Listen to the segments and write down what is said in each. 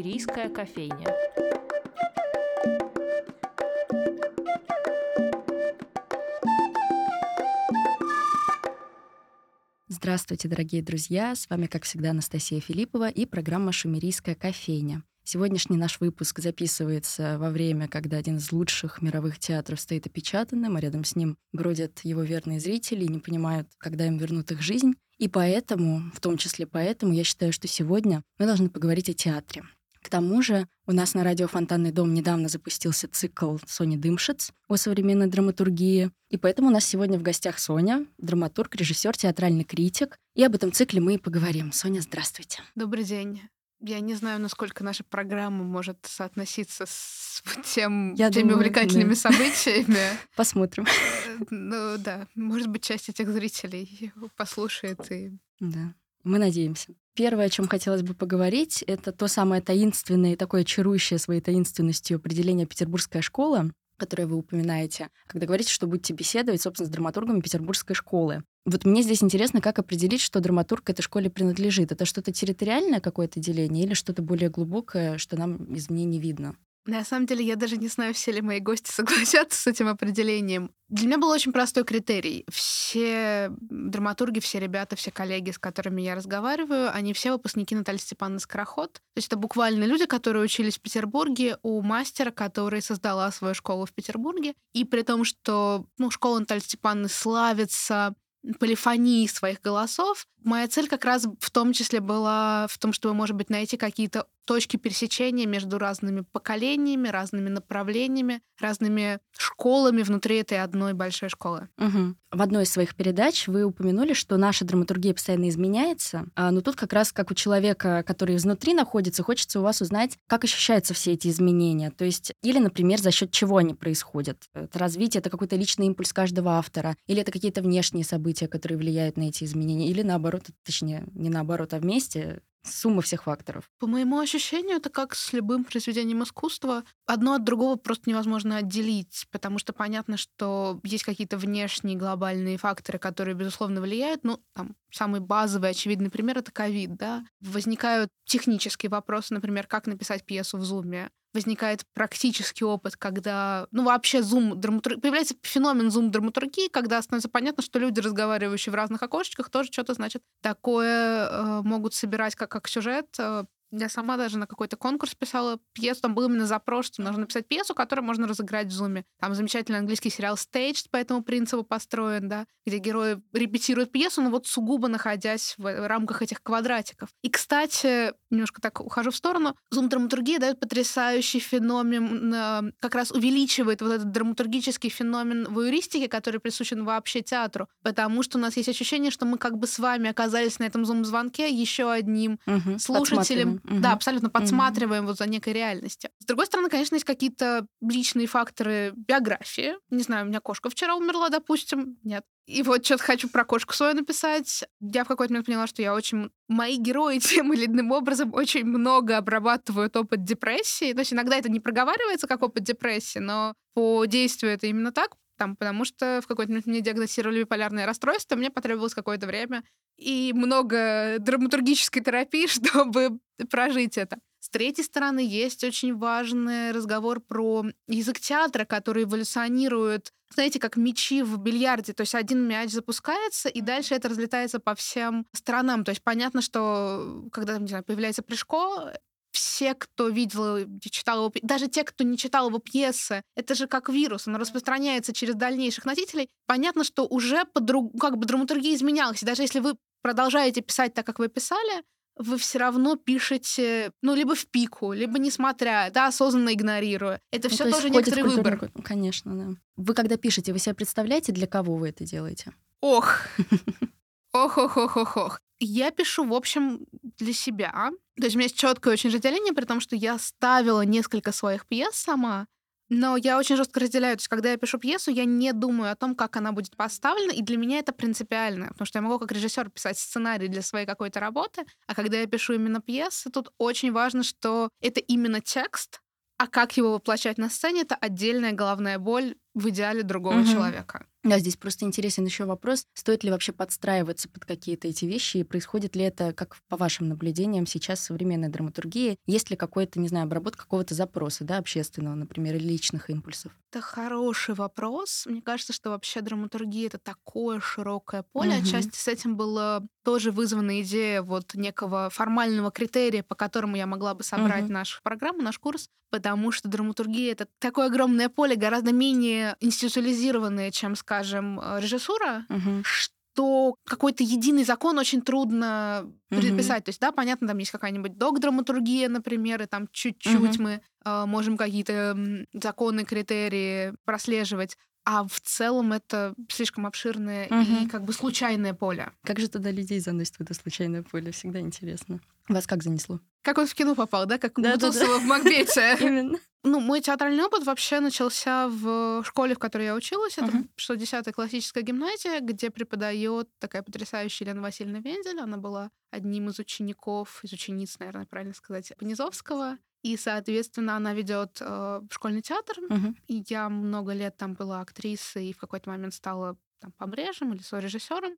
Шумерийская кофейня. Здравствуйте, дорогие друзья! С вами, как всегда, Анастасия Филиппова и программа «Шумерийская кофейня». Сегодняшний наш выпуск записывается во время, когда один из лучших мировых театров стоит опечатанным, а рядом с ним бродят его верные зрители и не понимают, когда им вернут их жизнь. И поэтому, в том числе поэтому, я считаю, что сегодня мы должны поговорить о театре. К тому же у нас на радио «Фонтанный дом» недавно запустился цикл Сони Дымшиц о современной драматургии. И поэтому у нас сегодня в гостях Соня, драматург, режиссер, театральный критик. И об этом цикле мы и поговорим. Соня, здравствуйте. Добрый день. Я не знаю, насколько наша программа может соотноситься с теми увлекательными событиями. Посмотрим. Ну да, может быть, часть этих зрителей послушает и... Да, мы надеемся. Первое, о чем хотелось бы поговорить, это то самое таинственное и такое чарующее своей таинственностью определение «Петербургская школа», которое вы упоминаете, когда говорите, что будете беседовать, собственно, с драматургами Петербургской школы. Вот мне здесь интересно, как определить, что драматург к этой школе принадлежит. Это что-то территориальное какое-то деление или что-то более глубокое, что нам извне не видно? На самом деле, я даже не знаю, все ли мои гости согласятся с этим определением. Для меня был очень простой критерий. Все драматурги, все ребята, все коллеги, с которыми я разговариваю, они все выпускники Натальи Степановны Скороход. То есть это буквально люди, которые учились в Петербурге у мастера, который создала свою школу в Петербурге. И при том, что школа Натальи Степановны славится полифонией своих голосов, моя цель как раз в том числе была в том, чтобы, может быть, найти какие-то точки пересечения между разными поколениями, разными направлениями, разными школами внутри этой одной большой школы. Угу. В одной из своих передач вы упомянули, что наша драматургия постоянно изменяется, но тут как раз как у человека, который изнутри находится, хочется у вас узнать, как ощущаются все эти изменения. То есть, или, например, за счет чего они происходят. Это развитие, это какой-то личный импульс каждого автора, или это какие-то внешние события, которые влияют на эти изменения, или наоборот, точнее, не наоборот, а вместе, сумма всех факторов. По моему ощущению, это как с любым произведением искусства. Одно от другого просто невозможно отделить, потому что понятно, что есть какие-то внешние глобальные факторы, которые, безусловно, влияют. Самый базовый, очевидный пример — это ковид, да. Возникают технические вопросы, например, как написать пьесу в Зуме. Возникает практический опыт, когда, вообще появляется феномен зум-драматургии, когда становится понятно, что люди, разговаривающие в разных окошечках, тоже что-то, такое могут собирать как сюжет. Я сама даже на какой-то конкурс писала пьесу, там был именно запрос, что нужно написать пьесу, которую можно разыграть в Зуме. Там замечательный английский сериал Staged по этому принципу построен, да, где герои репетируют пьесу, но сугубо находясь в рамках этих квадратиков. И, кстати, немножко так ухожу в сторону, зум-драматургия дает потрясающий феномен, как раз увеличивает вот этот драматургический феномен воюристики, который присущен вообще театру, потому что у нас есть ощущение, что мы как бы с вами оказались на этом зум-звонке еще одним слушателем. Да, абсолютно подсматриваем за некой реальностью. С другой стороны, конечно, есть какие-то личные факторы биографии. Не знаю, у меня кошка вчера умерла, допустим. Нет. И вот что-то хочу про кошку свою написать. Я в какой-то момент поняла, что мои герои тем или иным образом очень много обрабатывают опыт депрессии. То есть иногда это не проговаривается как опыт депрессии, но по действию это именно так. Потому что в какой-то момент мне диагностировали биполярное расстройство, мне потребовалось какое-то время и много драматургической терапии, чтобы прожить это. С третьей стороны, есть очень важный разговор про язык театра, который эволюционирует, знаете, как мячи в бильярде. То есть один мяч запускается, и дальше это разлетается по всем сторонам. То есть понятно, что когда, появляется Прыжко, все, кто видел, читал его, даже те, кто не читал его пьесы, это же как вирус, он распространяется через дальнейших носителей. Понятно, что уже драматургия изменялась. И даже если вы продолжаете писать так, как вы писали, вы все равно пишете, либо в пику, либо несмотря, осознанно игнорируя. Это все тоже некоторый выбор. Конечно, да. Вы когда пишете, вы себя представляете, для кого вы это делаете? Ох. Я пишу, в общем, для себя. То есть у меня есть четкое очень разделение, при том, что я ставила несколько своих пьес сама, но я очень жестко разделяю. То есть когда я пишу пьесу, я не думаю о том, как она будет поставлена, и для меня это принципиально, потому что я могу как режиссер писать сценарий для своей какой-то работы, а когда я пишу именно пьесы, тут очень важно, что это именно текст, а как его воплощать на сцене — это отдельная головная боль в идеале другого человека. Да, здесь просто интересен еще вопрос, стоит ли вообще подстраиваться под какие-то эти вещи, и происходит ли это, как по вашим наблюдениям, сейчас в современной драматургии? Есть ли какой-то, не знаю, обработка какого-то запроса, да, общественного, например, или личных импульсов? Это хороший вопрос. Мне кажется, что вообще драматургия — это такое широкое поле. Отчасти с этим была тоже вызвана идея вот некого формального критерия, по которому я могла бы собрать нашу программу, наш курс, потому что драматургия — это такое огромное поле, гораздо менее институциализированное, чем, скажем, режиссура, что какой-то единый закон очень трудно предписать. То есть, да, понятно, там есть какая-нибудь док-драматургия, например, и там чуть-чуть мы можем какие-то законы, критерии прослеживать. А в целом это слишком обширное и как бы случайное поле. Как же туда людей заносит в это случайное поле? Всегда интересно. Вас как занесло? Как он в кино попал, да? Как Бутусова в «Макбете». Именно. Ну, мой театральный опыт вообще начался в школе, в которой я училась. Это 110-я классическая гимназия, где преподает такая потрясающая Елена Васильевна Вендель. Она была одним из учеников, из учениц, наверное, правильно сказать, Понизовского. И, соответственно, она ведет школьный театр. И я много лет там была актрисой и в какой-то момент стала там помрежем или сорежиссером.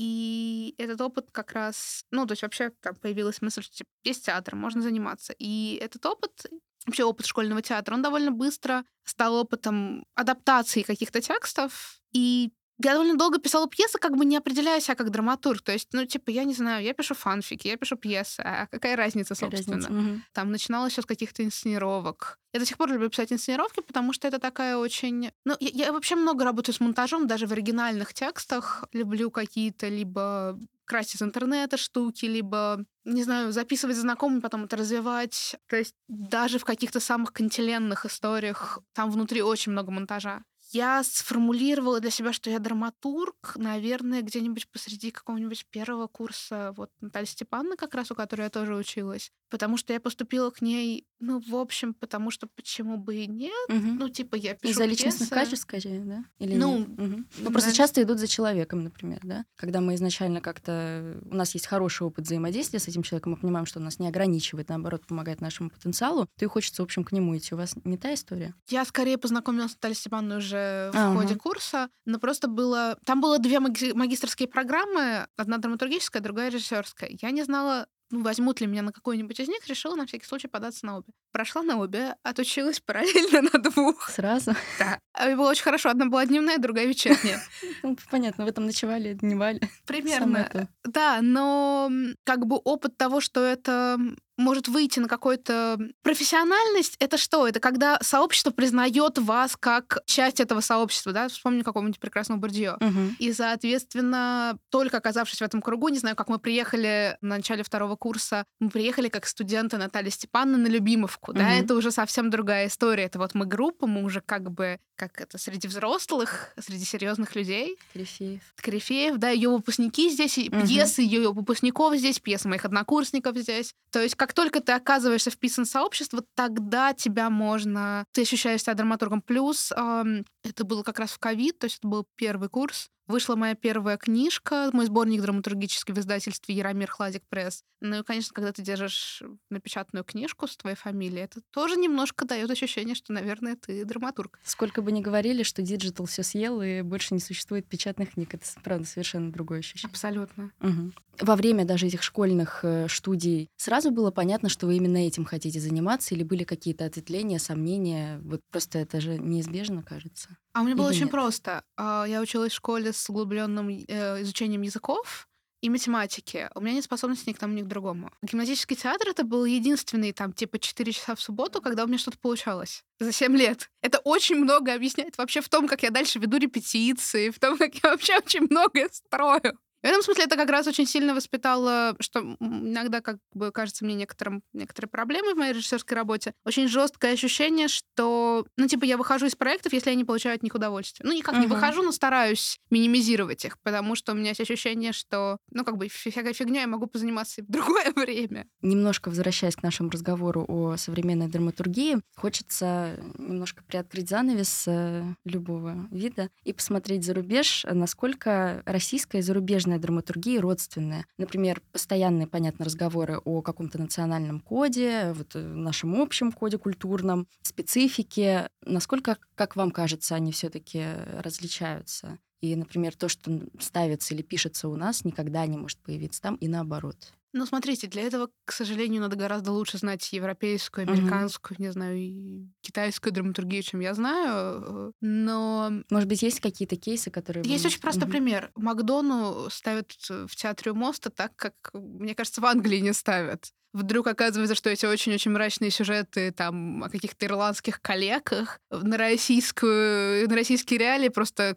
И этот опыт как раз... Ну, то есть вообще там появилась мысль, что типа, есть театр, можно заниматься. И этот опыт, вообще опыт школьного театра, он довольно быстро стал опытом адаптации каких-то текстов. И я довольно долго писала пьесы, как бы не определяя себя как драматург. То есть, ну, типа, я не знаю, я пишу фанфики, я пишу пьесы. А какая разница, собственно? Там начиналось все с каких-то инсценировок. Я до сих пор люблю писать инсценировки, потому что это такая очень... Ну, я вообще много работаю с монтажом, даже в оригинальных текстах. Люблю какие-то либо красть из интернета штуки, либо, не знаю, записывать за знакомыми, потом это развивать. То есть даже в каких-то самых кантиленных историях там внутри очень много монтажа. Я сформулировала для себя, что я драматург, наверное, где-нибудь посреди какого-нибудь первого курса вот Натальи Степановны, как раз у которой я тоже училась. Потому что я поступила к ней, ну, в общем, потому что почему бы и нет. Ну, типа, я пишу из-за личностных пьесы. качеств, скорее, да? Или ну, нет? Ну, просто часто идут за человеком, например, да? Когда мы изначально как-то... У нас есть хороший опыт взаимодействия с этим человеком, мы понимаем, что он нас не ограничивает, наоборот, помогает нашему потенциалу, то и хочется, в общем, к нему идти. У вас не та история? Я скорее познакомилась с Натальей Степановной уже в ходе курса, но просто было... Там было две магистерские программы, одна драматургическая, другая режиссерская. Я не знала, ну, возьмут ли меня на какую-нибудь из них, решила на всякий случай податься на обе. Прошла на обе, отучилась параллельно на двух. Сразу? Да. И было очень хорошо. Одна была дневная, другая вечерняя. Ну, понятно, вы там ночевали, дневали. Примерно. Да, но как бы опыт того, что это может выйти на какую-то профессиональность, это что? Это когда сообщество признает вас как часть этого сообщества, да? Вспомню какого-нибудь прекрасного Бордье. И, соответственно, только оказавшись в этом кругу, не знаю, как мы приехали в начале второго курса, мы приехали как студенты Натальи Степановны на Любимовку, да? Это уже совсем другая история. Это вот мы группа, мы уже как бы, как это, среди взрослых, среди серьезных людей. Корифеев, да, ее выпускники здесь, пьесы ее выпускников здесь, пьесы моих однокурсников здесь. То есть как только ты оказываешься вписан в сообщество, тогда тебя можно... Ты ощущаешь себя драматургом. Плюс это было как раз в ковид, то есть это был первый курс. Вышла моя первая книжка, мой сборник драматургический в издательстве «Яромир Хладик Пресс». Ну и, конечно, когда ты держишь напечатанную книжку с твоей фамилией, это тоже немножко дает ощущение, что, наверное, ты драматург. Сколько бы ни говорили, что диджитал все съел, и больше не существует печатных книг, это, правда, совершенно другое ощущение. Абсолютно. Во время даже этих школьных студий сразу было понятно, что вы именно этим хотите заниматься, или были какие-то ответвления, сомнения? Вот просто это же неизбежно, кажется. А у меня было Или очень нет? просто. Я училась в школе с углубленным изучением языков и математики. У меня нет способности ни к тому, ни к другому. Гимназический театр — это был единственный, там, типа, 4 часа в субботу, когда у меня что-то получалось. За 7 лет. Это очень много объясняет вообще в том, как я дальше веду репетиции, в том, как я вообще очень многое строю. В этом смысле это как раз очень сильно воспитало, что иногда, как бы, кажется мне некоторые проблемы в моей режиссерской работе. Очень жесткое ощущение, что, ну, типа, я выхожу из проектов, если я не получаю от них удовольствия. Ну, никак не выхожу, но стараюсь минимизировать их, потому что у меня есть ощущение, что, ну, как бы, всякой фигней я могу позаниматься и в другое время. Немножко возвращаясь к нашему разговору о современной драматургии, хочется немножко приоткрыть занавес любого вида и посмотреть за рубеж, насколько российская и зарубежная зарубежная драматургия родственная. Например, постоянные, понятно, разговоры о каком-то национальном коде, вот нашем общем коде культурном, специфике. Насколько, как вам кажется, они все-таки различаются? И, например, то, что ставится или пишется у нас, никогда не может появиться там, и наоборот. Ну, смотрите, для этого, к сожалению, надо гораздо лучше знать европейскую, американскую, не знаю, и китайскую драматургию, чем я знаю. Но Может быть, есть какие-то кейсы, которые вы есть очень можете... простой пример. Макдону ставят в театре у моста так, как, мне кажется, в Англии не ставят. Вдруг оказывается, что эти очень-очень мрачные сюжеты там о каких-то ирландских калеках на российские реалии просто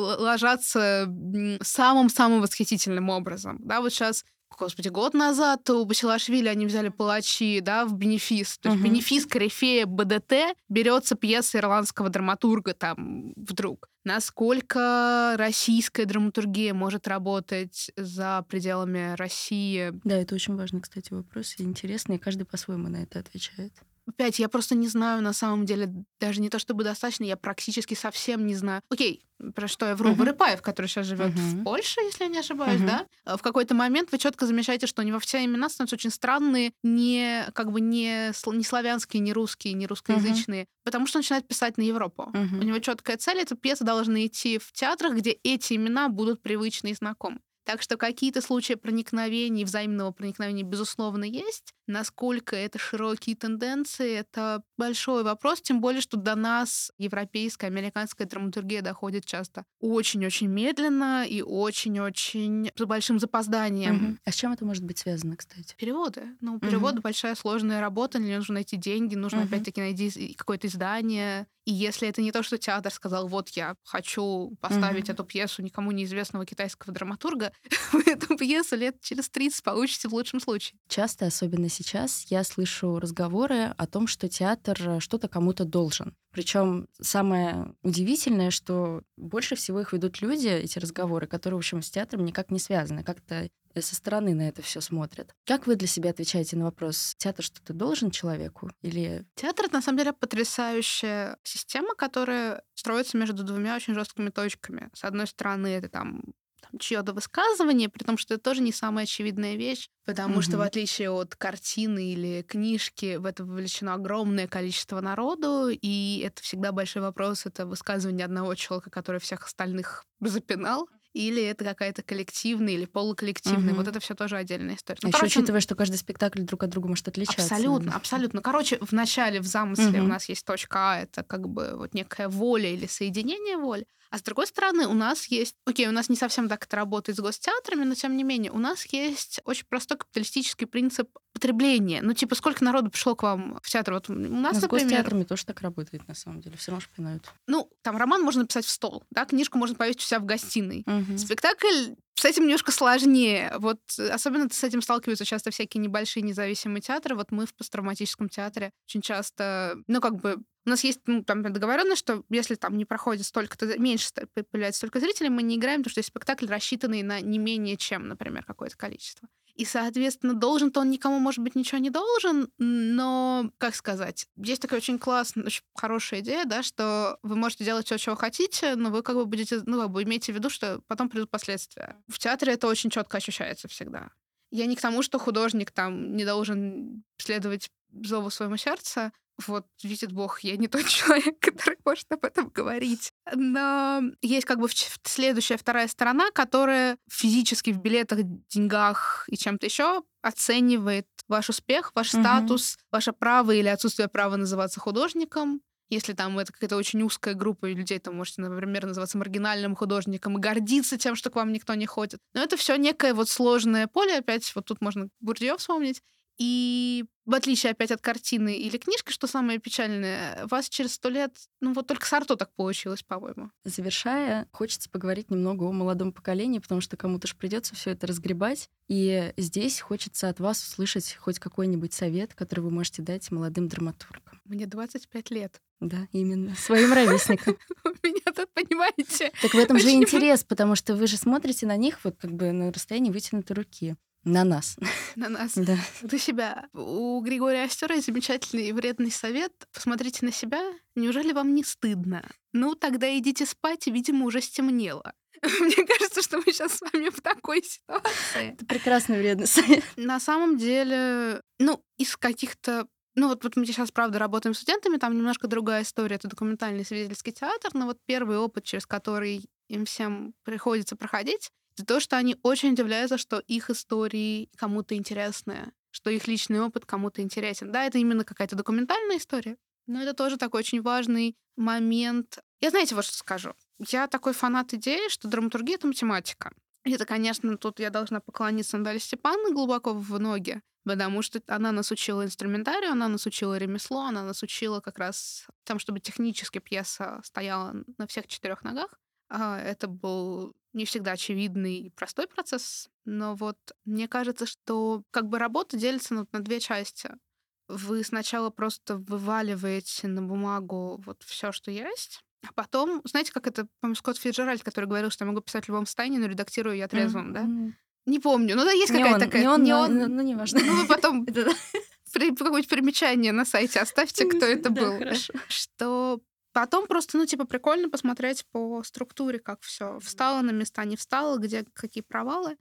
ложатся самым-самым восхитительным образом. Да, вот сейчас, господи, год назад у Басилашвили они взяли палачи, да, в бенефис. То есть бенефис корифея БДТ берется пьеса ирландского драматурга там вдруг. Насколько российская драматургия может работать за пределами России? Да, это очень важный, кстати, вопрос, и интересный, и каждый по-своему на это отвечает. Опять, я просто не знаю, на самом деле, даже не то чтобы достаточно, я практически совсем не знаю. Окей, про что я вру? Вырыпаев, который сейчас живет в Польше, если я не ошибаюсь, да? В какой-то момент вы четко замечаете, что у него все имена становятся очень странные, не славянские, не русские, не русскоязычные, потому что он начинает писать на Европу. У него четкая цель, эта пьеса должна идти в театрах, где эти имена будут привычны и знакомы. Так что какие-то случаи проникновений, взаимного проникновения, безусловно, есть. Насколько это широкие тенденции, это большой вопрос, тем более, что до нас европейская, американская драматургия доходит часто очень-очень медленно и очень-очень с большим запозданием. А с чем это может быть связано, кстати? Переводы. Ну, переводы — большая сложная работа, на нее нужно найти деньги, нужно опять-таки найти какое-то издание. И если это не то, что театр сказал, вот я хочу поставить эту пьесу никому неизвестного китайского драматурга, вы эту пьесу лет через 30 получите в лучшем случае. Часто, особенно сейчас, я слышу разговоры о том, что театр что-то кому-то должен. Причем самое удивительное, что больше всего их ведут люди, эти разговоры, которые, в общем, с театром никак не связаны, как-то со стороны на это все смотрят. Как вы для себя отвечаете на вопрос, театр что-то должен человеку? Или... Театр — это, на самом деле, потрясающая система, которая строится между двумя очень жесткими точками. С одной стороны, это там чьё-то высказывание, при том, что это тоже не самая очевидная вещь, потому что в отличие от картины или книжки, в это вовлечено огромное количество народу, и это всегда большой вопрос, это высказывание одного человека, который всех остальных запинал, или это какая-то коллективная или полуколлективная. Вот это все тоже отдельная история. Ну, еще учитывая, что каждый спектакль друг от друга может отличаться. Абсолютно, абсолютно. Короче, в начале, в замысле у нас есть точка А, это как бы вот некая воля или соединение воли. А с другой стороны, у нас есть... Окей, у нас не совсем так это работает с гостеатрами, но тем не менее, у нас есть очень простой капиталистический принцип потребления. Ну, типа, сколько народу пришло к вам в театр? Вот у нас, например... С гостеатрами тоже так работает, на самом деле. Все равно шпинают. Ну, там роман можно написать в стол, да, книжку можно повесить у себя в гостиной. Спектакль с этим немножко сложнее. Вот особенно с этим сталкиваются часто всякие небольшие независимые театры. Вот мы в посттравматическом театре очень часто, ну, как бы, у нас есть там договоренность, что если там не проходит столько-то, меньше появляется столько зрителей, мы не играем, потому что есть спектакль, рассчитанный на не менее чем, например, какое-то количество. И, соответственно, должен-то он никому, может быть, ничего не должен, но, как сказать, есть такая очень классная, очень хорошая идея, да, что вы можете делать все, чего хотите, но вы как бы будете, ну, как бы имейте в виду, что потом придут последствия. В театре это очень четко ощущается всегда. Я не к тому, что художник там не должен следовать зову своему сердцу. Вот, видит Бог, я не тот человек, который может об этом говорить. Но есть как бы следующая, вторая сторона, которая физически в билетах, деньгах и чем-то еще оценивает ваш успех, ваш статус, ваше право или отсутствие права называться художником. Если там это какая-то очень узкая группа людей, то можете, например, называться маргинальным художником и гордиться тем, что к вам никто не ходит. Но это все некое вот сложное поле. Опять вот тут можно Бурдиё вспомнить. И в отличие опять от картины или книжки, что самое печальное, вас через 100 лет, ну вот только с Арто так получилось, по-моему. Завершая, хочется поговорить немного о молодом поколении, потому что кому-то же придется все это разгребать. И здесь хочется от вас услышать хоть какой-нибудь совет, который вы можете дать молодым драматургам. Мне 25 лет. Да, именно. Своим ровесникам. Меня тут, понимаете? Так в этом же интерес, потому что вы же смотрите на них вот как бы на расстоянии вытянутой руки. На нас. На нас. Да. У себя. У Григория Остера есть замечательный и вредный совет. Посмотрите на себя. Неужели вам не стыдно? Ну, тогда идите спать, и, видимо, уже стемнело. Мне кажется, что мы сейчас с вами в такой ситуации. Это прекрасный вредный совет. На самом деле, из каких-то... вот мы сейчас, правда, работаем с студентами, там немножко другая история. Это документальный свидетельский театр, но вот первый опыт, через который им всем приходится проходить, это то, что они очень удивляются, что их истории кому-то интересны, что их личный опыт кому-то интересен. Да, это именно какая-то документальная история, но это тоже такой очень важный момент. Я, знаете, вот что скажу. Я такой фанат идеи, что драматургия — это математика. И это, конечно, тут я должна поклониться Наталье Степановне глубоко в ноги, потому что она нас учила инструментарию, она нас учила ремесло, она нас учила как раз тому, чтобы технически пьеса стояла на всех 4 ногах. Это был не всегда очевидный и простой процесс, но вот мне кажется, что как бы работа делится на 2 части. Вы сначала просто вываливаете на бумагу вот все, что есть, а потом, знаете, как это, по-моему, Скотт Фиджеральд, который говорил, что я могу писать в любом состоянии, но редактирую я трезвым, да? Не помню. Да, есть какая-то такая... Не он, неважно. Вы потом какое-нибудь примечание на сайте оставьте, кто это был. Что потом просто, прикольно посмотреть по структуре, как все встало на места, не встало, где какие провалы.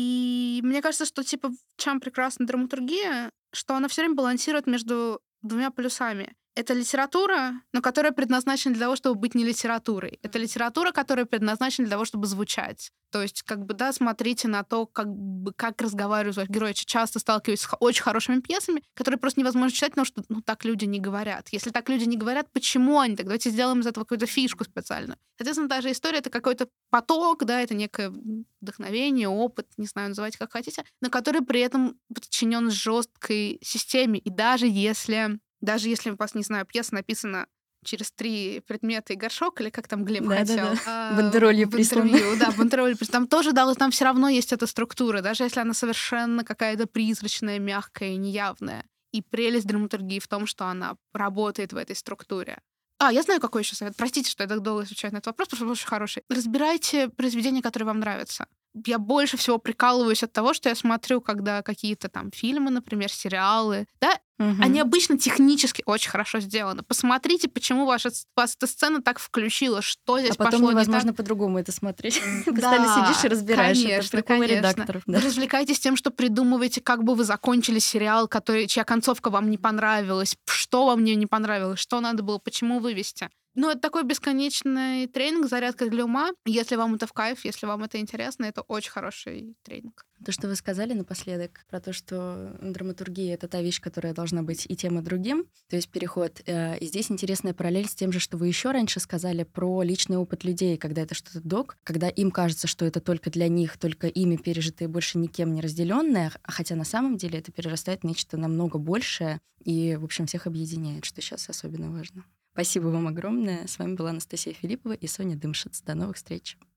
И мне кажется, что, чем прекрасна драматургия, что она все время балансирует между 2 полюсами. Это литература, но которая предназначена для того, чтобы быть не литературой. Это литература, которая предназначена для того, чтобы звучать. То есть, смотрите на то, как разговаривают ваши герои. Часто сталкиваюсь с очень хорошими пьесами, которые просто невозможно читать, потому что, так люди не говорят. Если так люди не говорят, почему они так? Давайте сделаем из этого какую-то фишку специальную. Соответственно, та же история — это какой-то поток, да, это некое вдохновение, опыт, не знаю, называйте как хотите, но который при этом подчинен жесткой системе. И даже если у вас, не знаю, пьеса написана через 3 предмета и горшок, или как там Глеб хотел. Бандеролью прислано. Да, бандеролью прислано. Там все равно есть эта структура, даже если она совершенно какая-то призрачная, мягкая и неявная. И прелесть драматургии в том, что она работает в этой структуре. Я знаю, какой еще совет. Простите, что я так долго отвечаю на этот вопрос, потому что он очень хороший. Разбирайте произведения, которые вам нравятся. Я больше всего прикалываюсь от того, что я смотрю, когда какие-то там фильмы, например, сериалы, да, они обычно технически очень хорошо сделаны. Посмотрите, почему вас эта сцена так включила, что здесь пошло не так. А потом невозможно по-другому это смотреть. Постоянно сидишь и разбираешь это. Приколы редакторов. Развлекайтесь тем, что придумываете, как бы вы закончили сериал, чья концовка вам не понравилась, что вам не понравилось, что надо было, почему вывести. Это такой бесконечный тренинг, зарядка для ума. Если вам это в кайф, если вам это интересно, это очень хороший тренинг. То, что вы сказали напоследок, про то, что драматургия — это та вещь, которая должна быть и тем, и другим, то есть переход. И здесь интересная параллель с тем же, что вы еще раньше сказали про личный опыт людей, когда это что-то док, когда им кажется, что это только для них, только ими пережитое, больше никем не разделенное, хотя на самом деле это перерастает в нечто намного большее и, в общем, всех объединяет, что сейчас особенно важно. Спасибо вам огромное. С вами была Анастасия Филиппова и Соня Дымшиц. До новых встреч.